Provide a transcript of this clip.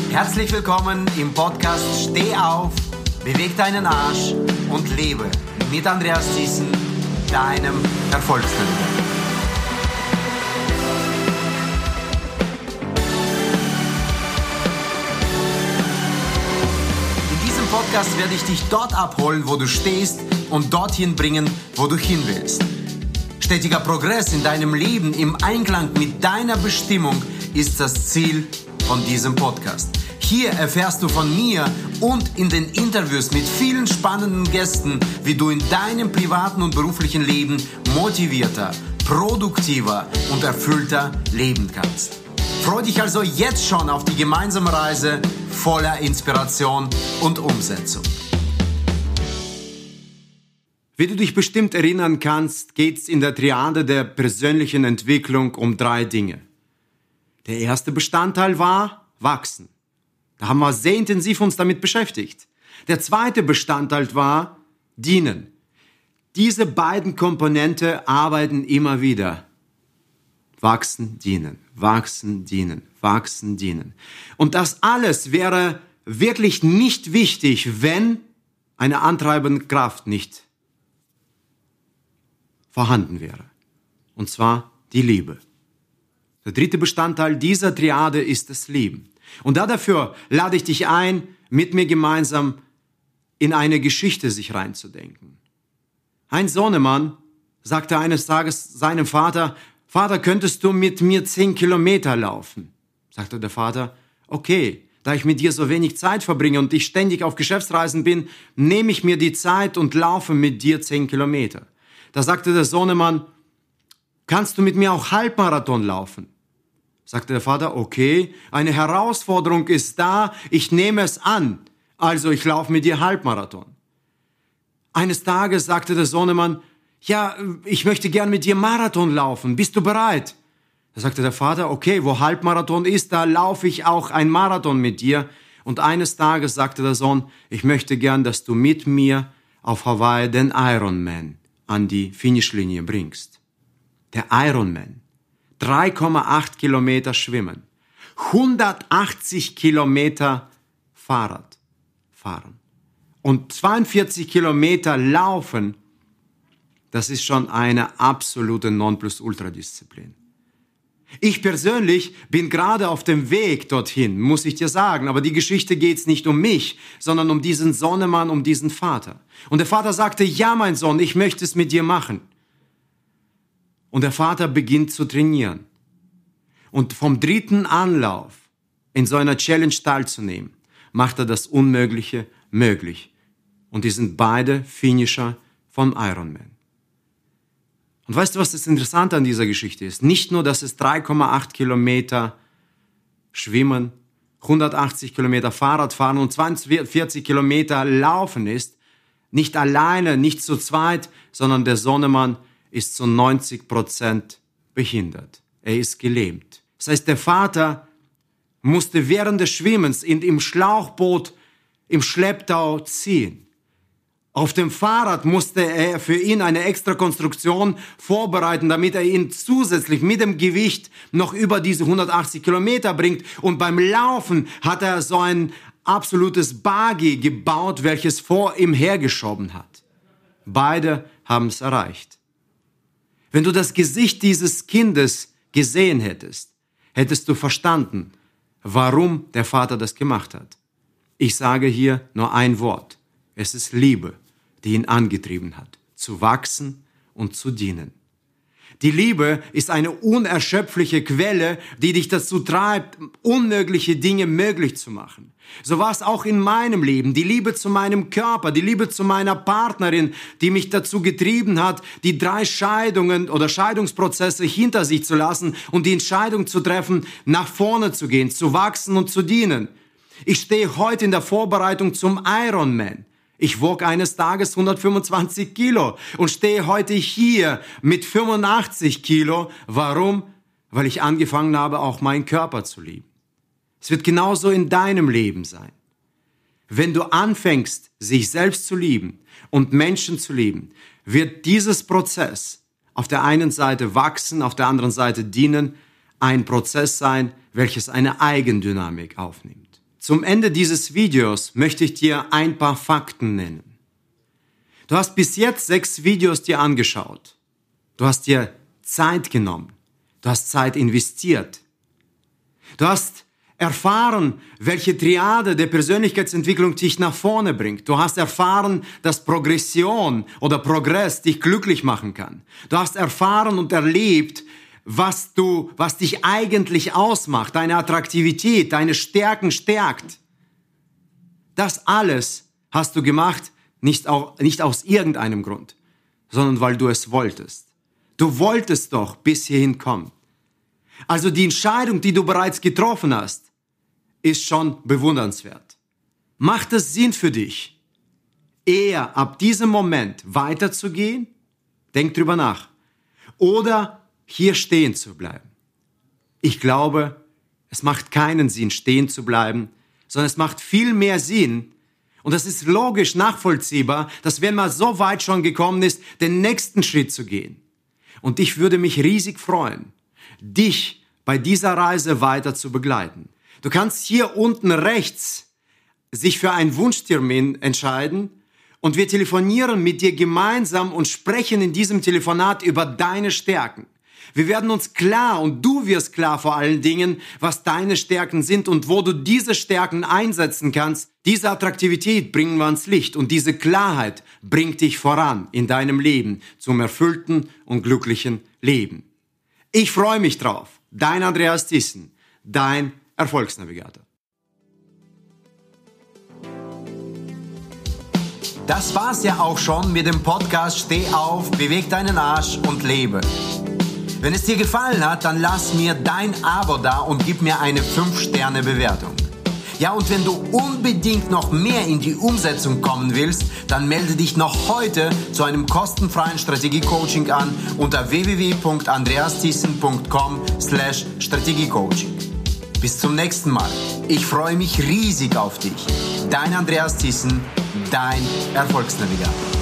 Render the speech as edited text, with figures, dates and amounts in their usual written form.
Herzlich willkommen im Podcast Steh auf, beweg deinen Arsch und lebe mit Andreas Thiessen, deinem Erfolgsverlierer. In diesem Podcast werde ich dich dort abholen, wo du stehst und dorthin bringen, wo du hin willst. Stetiger Progress in deinem Leben im Einklang mit deiner Bestimmung ist das Ziel von diesem Podcast. Hier erfährst du von mir und in den Interviews mit vielen spannenden Gästen, wie du in deinem privaten und beruflichen Leben motivierter, produktiver und erfüllter leben kannst. Freu dich also jetzt schon auf die gemeinsame Reise voller Inspiration und Umsetzung. Wie du dich bestimmt erinnern kannst, geht es in der Triade der persönlichen Entwicklung um 3 Dinge. Der erste Bestandteil war Wachsen. Da haben wir sehr intensiv uns damit beschäftigt. Der zweite Bestandteil war Dienen. Diese beiden Komponente arbeiten immer wieder. Wachsen, dienen, wachsen, dienen, wachsen, dienen. Und das alles wäre wirklich nicht wichtig, wenn eine antreibende Kraft nicht vorhanden wäre. Und zwar die Liebe. Der dritte Bestandteil dieser Triade ist das Lieben. Und dafür lade ich dich ein, mit mir gemeinsam in eine Geschichte sich reinzudenken. Ein Sohnemann sagte eines Tages seinem Vater, Vater, könntest du mit mir 10 Kilometer laufen? Sagte der Vater, okay, da ich mit dir so wenig Zeit verbringe und ich ständig auf Geschäftsreisen bin, nehme ich mir die Zeit und laufe mit dir 10 Kilometer. Da sagte der Sohnemann, kannst du mit mir auch Halbmarathon laufen? Sagte der Vater, okay, eine Herausforderung ist da, ich nehme es an, also ich laufe mit dir Halbmarathon. Eines Tages sagte der Sohnemann, ja, ich möchte gern mit dir Marathon laufen, bist du bereit? Da sagte der Vater, okay, wo Halbmarathon ist, da laufe ich auch ein Marathon mit dir. Und eines Tages sagte der Sohn, ich möchte gern, dass du mit mir auf Hawaii den Ironman an die Finishlinie bringst. Der Ironman. 3,8 Kilometer schwimmen, 180 Kilometer Fahrrad fahren und 42 Kilometer laufen, das ist schon eine absolute Nonplusultra-Disziplin. Ich persönlich bin gerade auf dem Weg dorthin, muss ich dir sagen, aber die Geschichte geht's nicht um mich, sondern um diesen Sohnemann, um diesen Vater. Und der Vater sagte, ja mein Sohn, ich möchte es mit dir machen. Und der Vater beginnt zu trainieren. Und vom 3. Anlauf in so einer Challenge teilzunehmen, macht er das Unmögliche möglich. Und die sind beide Finisher vom Ironman. Und weißt du, was das Interessante an dieser Geschichte ist? Nicht nur, dass es 3,8 Kilometer Schwimmen, 180 Kilometer Fahrradfahren und 42 Kilometer Laufen ist, nicht alleine, nicht zu zweit, sondern der Sohnemann ist zu 90% behindert. Er ist gelähmt. Das heißt, der Vater musste während des Schwimmens im Schlauchboot im Schlepptau ziehen. Auf dem Fahrrad musste er für ihn eine extra Konstruktion vorbereiten, damit er ihn zusätzlich mit dem Gewicht noch über diese 180 Kilometer bringt. Und beim Laufen hat er so ein absolutes Buggy gebaut, welches vor ihm hergeschoben hat. Beide haben es erreicht. Wenn du das Gesicht dieses Kindes gesehen hättest, hättest du verstanden, warum der Vater das gemacht hat. Ich sage hier nur ein Wort. Es ist Liebe, die ihn angetrieben hat, zu wachsen und zu dienen. Die Liebe ist eine unerschöpfliche Quelle, die dich dazu treibt, unmögliche Dinge möglich zu machen. So war es auch in meinem Leben. Die Liebe zu meinem Körper, die Liebe zu meiner Partnerin, die mich dazu getrieben hat, die 3 Scheidungen oder Scheidungsprozesse hinter sich zu lassen und die Entscheidung zu treffen, nach vorne zu gehen, zu wachsen und zu dienen. Ich stehe heute in der Vorbereitung zum Ironman. Ich wog eines Tages 125 Kilo und stehe heute hier mit 85 Kilo. Warum? Weil ich angefangen habe, auch meinen Körper zu lieben. Es wird genauso in deinem Leben sein. Wenn du anfängst, sich selbst zu lieben und Menschen zu lieben, wird dieses Prozess auf der einen Seite wachsen, auf der anderen Seite dienen, ein Prozess sein, welches eine Eigendynamik aufnimmt. zum Ende dieses Videos möchte ich dir ein paar Fakten nennen. Du hast bis jetzt 6 Videos dir angeschaut. Du hast dir Zeit genommen. Du hast Zeit investiert. Du hast erfahren, welche Triade der Persönlichkeitsentwicklung dich nach vorne bringt. Du hast erfahren, dass Progression oder Progress dich glücklich machen kann. Du hast erfahren und erlebt, was dich eigentlich ausmacht, deine Attraktivität, deine Stärken stärkt. Das alles hast du gemacht, nicht aus irgendeinem Grund, sondern weil du es wolltest. Du wolltest doch bis hierhin kommen. Also die Entscheidung, die du bereits getroffen hast, ist schon bewundernswert. Macht es Sinn für dich, eher ab diesem Moment weiterzugehen? Denk drüber nach. Oder hier stehen zu bleiben. Ich glaube, es macht keinen Sinn, stehen zu bleiben, sondern es macht viel mehr Sinn, und das ist logisch nachvollziehbar, dass wenn man so weit schon gekommen ist, den nächsten Schritt zu gehen. Und ich würde mich riesig freuen, dich bei dieser Reise weiter zu begleiten. Du kannst hier unten rechts sich für einen Wunschtermin entscheiden und wir telefonieren mit dir gemeinsam und sprechen in diesem Telefonat über deine Stärken. Wir werden uns klar und du wirst klar vor allen Dingen, was deine Stärken sind und wo du diese Stärken einsetzen kannst. Diese Attraktivität bringen wir ans Licht und diese Klarheit bringt dich voran in deinem Leben zum erfüllten und glücklichen Leben. Ich freue mich drauf. Dein Andreas Thyssen, dein Erfolgsnavigator. Das war's ja auch schon mit dem Podcast Steh auf, beweg deinen Arsch und lebe. Wenn es dir gefallen hat, dann lass mir dein Abo da und gib mir eine 5-Sterne-Bewertung. Ja, und wenn du unbedingt noch mehr in die Umsetzung kommen willst, dann melde dich noch heute zu einem kostenfreien Strategie-Coaching an unter www.andreasthyssen.com/Strategie-Coaching. Bis zum nächsten Mal. Ich freue mich riesig auf dich. Dein Andreas Thyssen, dein Erfolgsnavigator.